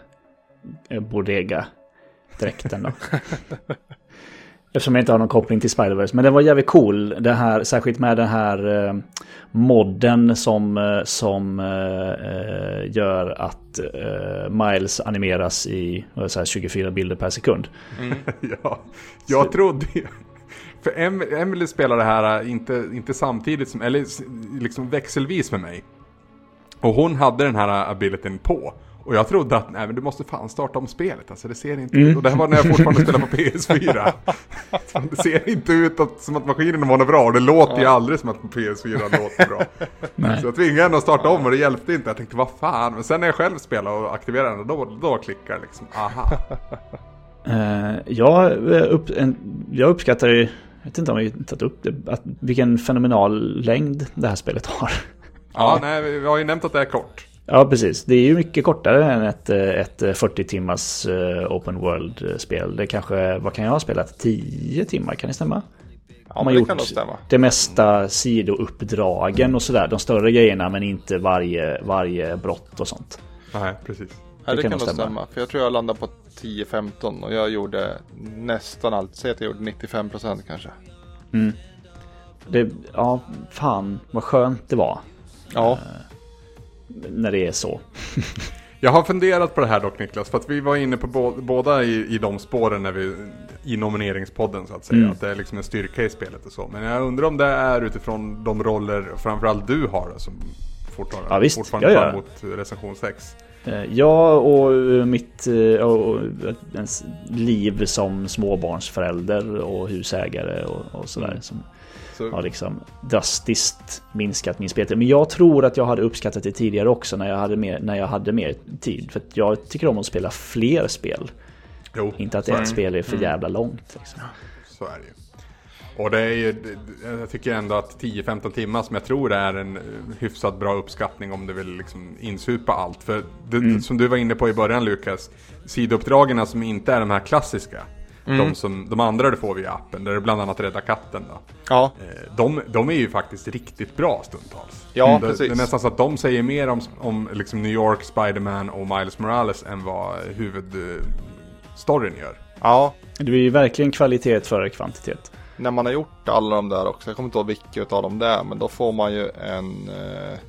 Bodega-dräkten då. Eftersom jag inte har någon koppling till Spider-Verse. Men det var jävligt cool, det här, särskilt med den här eh, modden som, som eh, gör att eh, Miles animeras i så här, tjugofyra bilder per sekund. Mm. ja, jag så. trodde ju... För em- Emily spelar det här inte, inte samtidigt som, eller liksom växelvis med mig. Och hon hade den här abilityn på. Och jag trodde att nej, men du måste fan starta om spelet. Alltså det ser inte mm. ut. Och det här var när jag fortfarande spelade på P S fyra. Det ser inte ut att, som att maskinen var bra. Och det låter ja. ju aldrig som att på P S fyra låter bra. Så jag tvingade henne att starta om och det hjälpte inte. Jag tänkte, vad fan. Men sen när jag själv spelade och aktiverade den, då, då klickar det liksom. Aha. Uh, jag, upp, en, jag uppskattar ju, jag vet inte om vi tagit upp det, att vilken fenomenal längd det här spelet har. Ja, nej, vi har ju nämnt att det är kort. Ja, precis. Det är ju mycket kortare än ett, ett fyrtio timmars uh, open world-spel. Det kanske, vad kan jag ha spelat? tio timmar, kan det stämma? Ja, man det kan nog stämma. Det mesta sidouppdragen och sådär. De större grejerna, men inte varje, varje brott och sånt. Nej, precis. Ja, det, det kan nog stämma. stämma. För jag tror jag landade på tio femton och jag gjorde nästan allt. Säg att jag gjorde nittiofem procent kanske. Mm. Det, ja, fan vad skönt det var. Ja. Uh, när det är så. Jag har funderat på det här dock, Niklas, för att vi var inne på bo- båda i, i de spåren när vi, i nomineringspodden så att säga, mm. att det är liksom en styrka i spelet och så. Men jag undrar om det är utifrån de roller framförallt du har som fortfarande, ja, visst. fortfarande tar emot recension sex. Ja, och mitt och ens liv som småbarnsförälder och husägare och, och sådär mm. som så. Har liksom drastiskt minskat min speltid. Men jag tror att jag hade uppskattat det tidigare också när jag hade mer, när jag hade mer tid. För att jag tycker om att spela fler spel. Jo, inte att ett mm. spel är för jävla långt. Liksom. Så är det ju. Och det är ju, jag tycker ändå att tio femton timmar som jag tror är en hyfsat bra uppskattning om du vill liksom insupa allt. För det, mm. som du var inne på i början, Lukas, sidouppdragen som inte är de här klassiska. Mm. De, som, de andra du får via appen, där det bland annat Rädda katten då. Ja. De, de är ju faktiskt riktigt bra stundtals. Ja, det, precis. Det är nästan så att de säger mer om, om liksom New York, Spider-Man och Miles Morales än vad huvudstoryn gör. Ja. Det är ju verkligen kvalitet före kvantitet. När man har gjort alla de där också, jag kommer inte ihåg vilka utav dem där, men då får man ju en eh,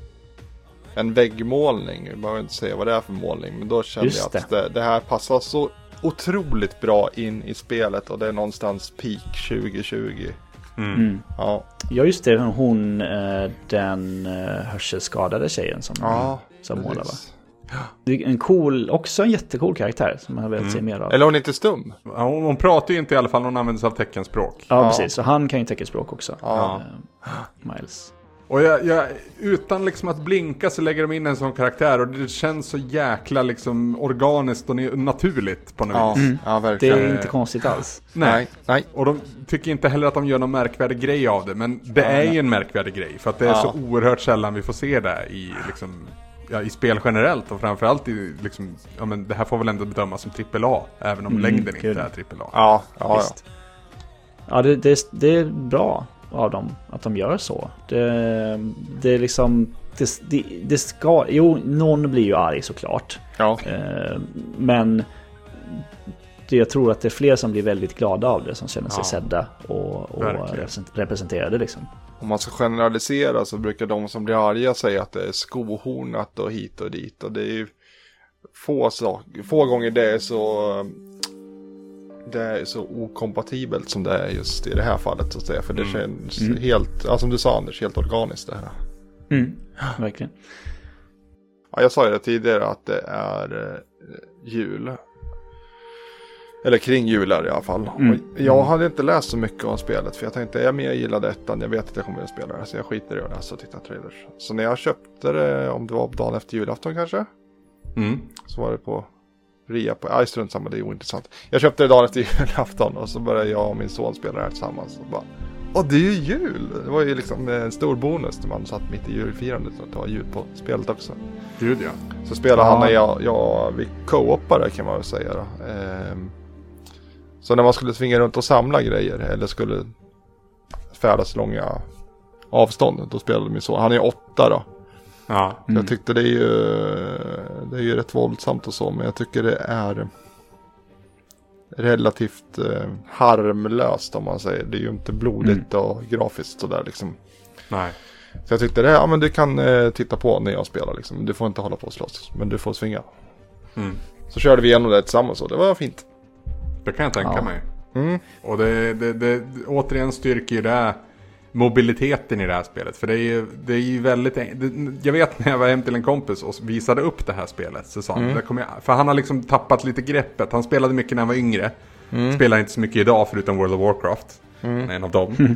en väggmålning. Jag behöver inte säga vad det är för målning, men då kände jag att det. Det, det här passar så otroligt bra in i spelet och det är någonstans peak tjugo tjugo. Mm. Mm. Ja. Ja, just det, hon den hörselskadade tjejen som, ja, som målar, va? Det är en cool, också en jättecool käractär som man har velat mm. se mer av. Eller hon är inte stum. Ja, hon, hon pratar ju inte i alla fall, hon använder sig av teckenspråk. Ja, ja, precis. Så han kan ju teckenspråk också. Ja. Uh, Miles. Och jag, jag, utan liksom att blinka så lägger de in en sån karaktär och det känns så jäkla liksom organiskt och naturligt på något ja. vis. Mm. Ja, verkligen. Det är inte konstigt alls. Nej. Nej. Nej. Och de tycker inte heller att de gör någon märkvärdig grej av det, men det ja, är nej. ju en märkvärdig grej för att det är ja. så oerhört sällan vi får se det i liksom, ja, i spel generellt och framförallt i liksom, ja, men det här får väl ändå bedömas som trippel A även om mm, längden kul. inte är trippel A. Ja, ja, Visst. Ja, ja det, det, det är bra. av dem att de gör så. Det, det är liksom det, det, det ska, jo, någon blir ju arg såklart. Ja. Eh, men det, jag tror att det är fler som blir väldigt glada av det, som känner sig ja. sedda och, och representerade liksom. Om man ska generalisera så brukar de som blir arga säga att det är skohornat och hit och dit. Och det är ju få, sak, få gånger det är så det är så okompatibelt som det är just i det här fallet så att säga. För det mm. känns mm. helt, ja, som du sa Anders, helt organiskt det här. Mm. Verkligen. Ja, jag sa ju det tidigare att det är eh, jul. Eller kring jular i alla fall. Mm. Jag hade inte läst så mycket om spelet. För jag tänkte, jag, men jag gillade ettan. Jag vet att jag kommer att spela det. Så jag skiter i att läsa och titta trailers. Så när jag köpte det, om det var dagen efter julafton kanske. Mm. Så var det på rea på, nej strunt samma, det är ointressant. Jag köpte det dagen efter julafton. Och så började jag och min son spela det här tillsammans. Och bara, åh det är ju jul! Det var ju liksom en stor bonus när man satt mitt i julfirandet. Och ta jul på spelet också. Gud ja. Så spelade ja. han när jag, jag vi co-opade kan man väl säga då. Ehm. Så när man skulle svinga runt och samla grejer eller skulle färdas långa avstånd, då spelade min son. Han är åtta då. Ja. Mm. Jag tyckte det är ju det är ju rätt våldsamt och så, men jag tycker det är relativt eh, harmlöst om man säger. Det är ju inte blodigt mm. och grafiskt sådär liksom. Nej. Så jag tyckte det, ja men du kan eh, titta på när jag spelar liksom. Du får inte hålla på och slåss, men du får svinga. Mm. Så körde vi igenom det tillsammans och det var fint. Det kan jag tänka ja. mig. Mm. Och det, det, det återigen styrker ju det mobiliteten i det här spelet. För det är ju, det är ju väldigt det, jag vet när jag var hem till en kompis och visade upp det här spelet så sa han, mm. det kommer jag, för han har liksom tappat lite greppet. Han spelade mycket när han var yngre. Mm. Spelar inte så mycket idag förutom World of Warcraft. Mm. En av dem. Mm.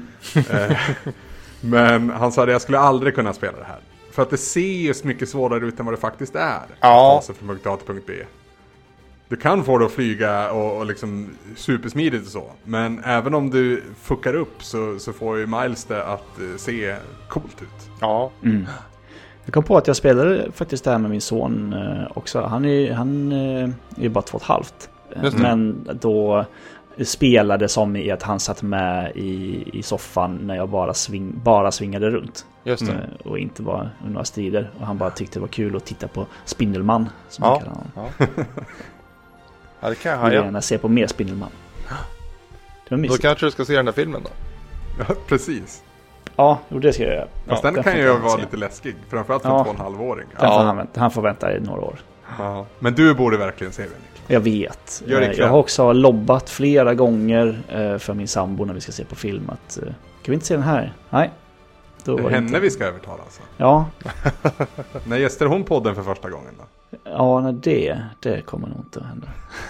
Men han sa att jag skulle aldrig kunna spela det här. För att det ser ju så mycket svårare ut än vad det faktiskt är. Ja. Alltså från punkt A till punkt B. Du kan få det att flyga och, och liksom supersmidigt och så. Men även om du fuckar upp så, så får ju Miles det att uh, se coolt ut. Ja. Mm. Jag kom på att jag spelade faktiskt det här med min son uh, också. Han är, han, uh, är bara två och ett halvt. Uh, men då spelade som i att han satt med i, i soffan när jag bara, sving, bara svingade runt. Just det. Uh, och inte var under några strider. Och han bara tyckte det var kul att titta på Spindelman. Som ja. han ja. Ja, det kan jag ha, ja. gärna se på mer Spindelman. Det var då kanske du ska se den där filmen då. Ja, precis. Ja, det ska jag göra. Fast ja, den kan ju vara lite läskig. Framförallt för ja. en två och en halv åring. Ja. Får han, han får vänta i några år. Ja. Men du borde verkligen se den. Jag vet. Jag har också lobbat flera gånger för min sambo när vi ska se på film att kan vi inte se den här? Nej. Då det är henne inte... vi ska övertala alltså. Ja. När gäster hon podden för första gången då? Ja, nej, det, det kommer nog inte att hända.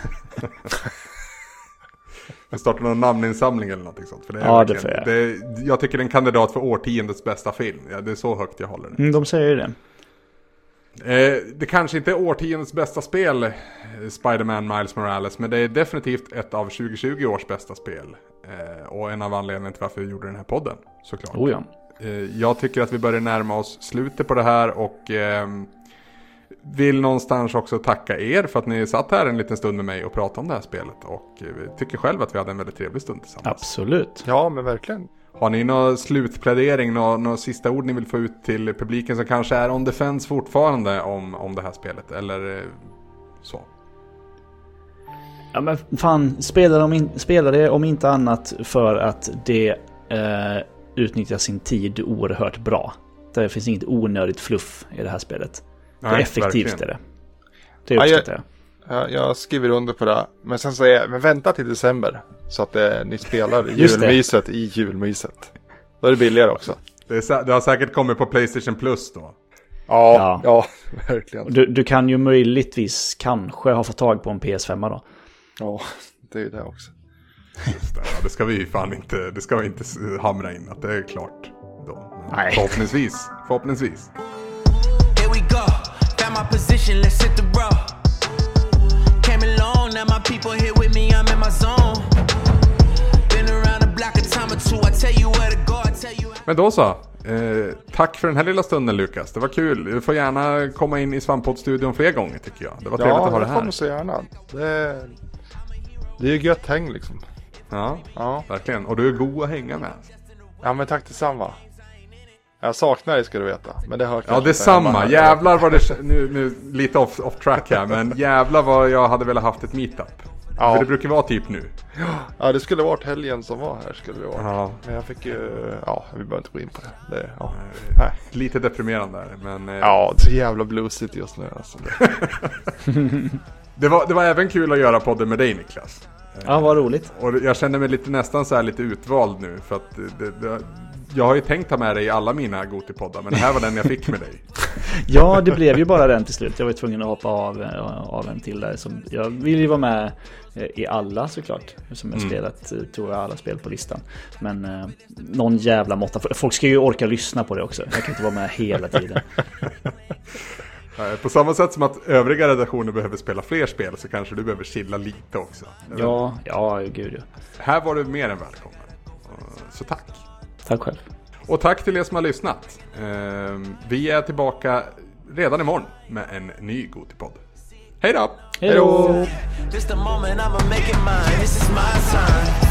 Vi startar någon namninsamling eller någonting sånt. För det är ja, det får jag. Det är, jag tycker det är en kandidat för årtiondets bästa film. Ja, det är så högt jag håller den. Mm, de säger ju det. Eh, det kanske inte är årtiondets bästa spel, Spider-Man Miles Morales, men det är definitivt ett av tjugo tjugo års bästa spel. Eh, och en av anledningarna till varför vi gjorde den här podden, såklart. Oh ja. eh, jag tycker att vi börjar närma oss slutet på det här och eh, vill någonstans också tacka er för att ni satt här en liten stund med mig och pratade om det här spelet. Och eh, tycker själv att vi hade en väldigt trevlig stund tillsammans. Absolut. Ja, men verkligen. Har ni någon slutplädering, någon, någon sista ord ni vill få ut till publiken som kanske är on defense fortfarande om, om det här spelet? Eller eh, så? Ja men fan, spelar, de in, spelar det om inte annat för att det eh, utnyttjar sin tid oerhört bra. Det finns inget onödigt fluff i det här spelet. Nej, det är effektivt verkligen. Är det. Det uppskattar jag. Ja, jag skriver under på det. Men sen säger jag, men vänta till december. Så att eh, ni spelar julmyset i julmyset. Då är det billigare också. Det, är, det har säkert kommit på PlayStation Plus då. Ja, ja, ja verkligen. Du, du kan ju möjligtvis kanske ha fått tag på en P S fem då. Ja, det är ju det också. Just det, ja, det ska vi ju fan inte, det ska vi inte hamra in att det är klart då. Nej. Förhoppningsvis, förhoppningsvis. Here we go, got my position, let's hit the road. Came along, now my people here with me, I'm in my zone. Been around the block a time or two, I tell you where to go, I tell you. Men då så, eh, tack för den här lilla stunden Lukas, det var kul. Du får gärna komma in i Svamppodd-studion fler gånger tycker jag. Det var trevligt ja, att ha det här. Ja, jag så gärna. Det, det är ju gött häng liksom. Ja, ja, verkligen. Och du är god att hänga med. Ja, men tack detsamma. Jag saknar dig, ska du veta. Men det hör ja, det är samma. Jävlar vad det... Nu, nu lite off, off track här, men jävlar vad jag hade velat haft ett meetup. Ja. För det brukar vara typ nu. Ja, det skulle varit helgen som var här, skulle det vara. Ja. Men jag fick ju... Ja, vi behöver inte gå in på det. det ja. Nej. Lite deprimerande, men... Ja, det är så jävla bluesigt just nu. Alltså. det, var, det var även kul att göra podden med dig, Niklas. Ja, vad roligt. Och jag känner mig lite, nästan så här lite utvald nu, för att det, det, jag har ju tänkt ta med dig i alla mina Gotipoddar, men det här var den jag fick med dig. Ja, det blev ju bara den till slut. Jag var tvungen att hoppa av, av en till där. Som jag vill ju vara med i alla såklart. Som jag mm. spelat, tror jag, alla spel på listan. Men eh, någon jävla måtta. Folk ska ju orka lyssna på det också. Jag kan inte vara med hela tiden. På samma sätt som att övriga redaktioner behöver spela fler spel, så kanske du behöver chilla lite också. Ja, ja, gud ja. Här var du mer än välkommen. Så tack. Tack själv. Och tack till er som har lyssnat. Vi är tillbaka redan imorgon med en ny Gotipodd. Hej då! Hej då!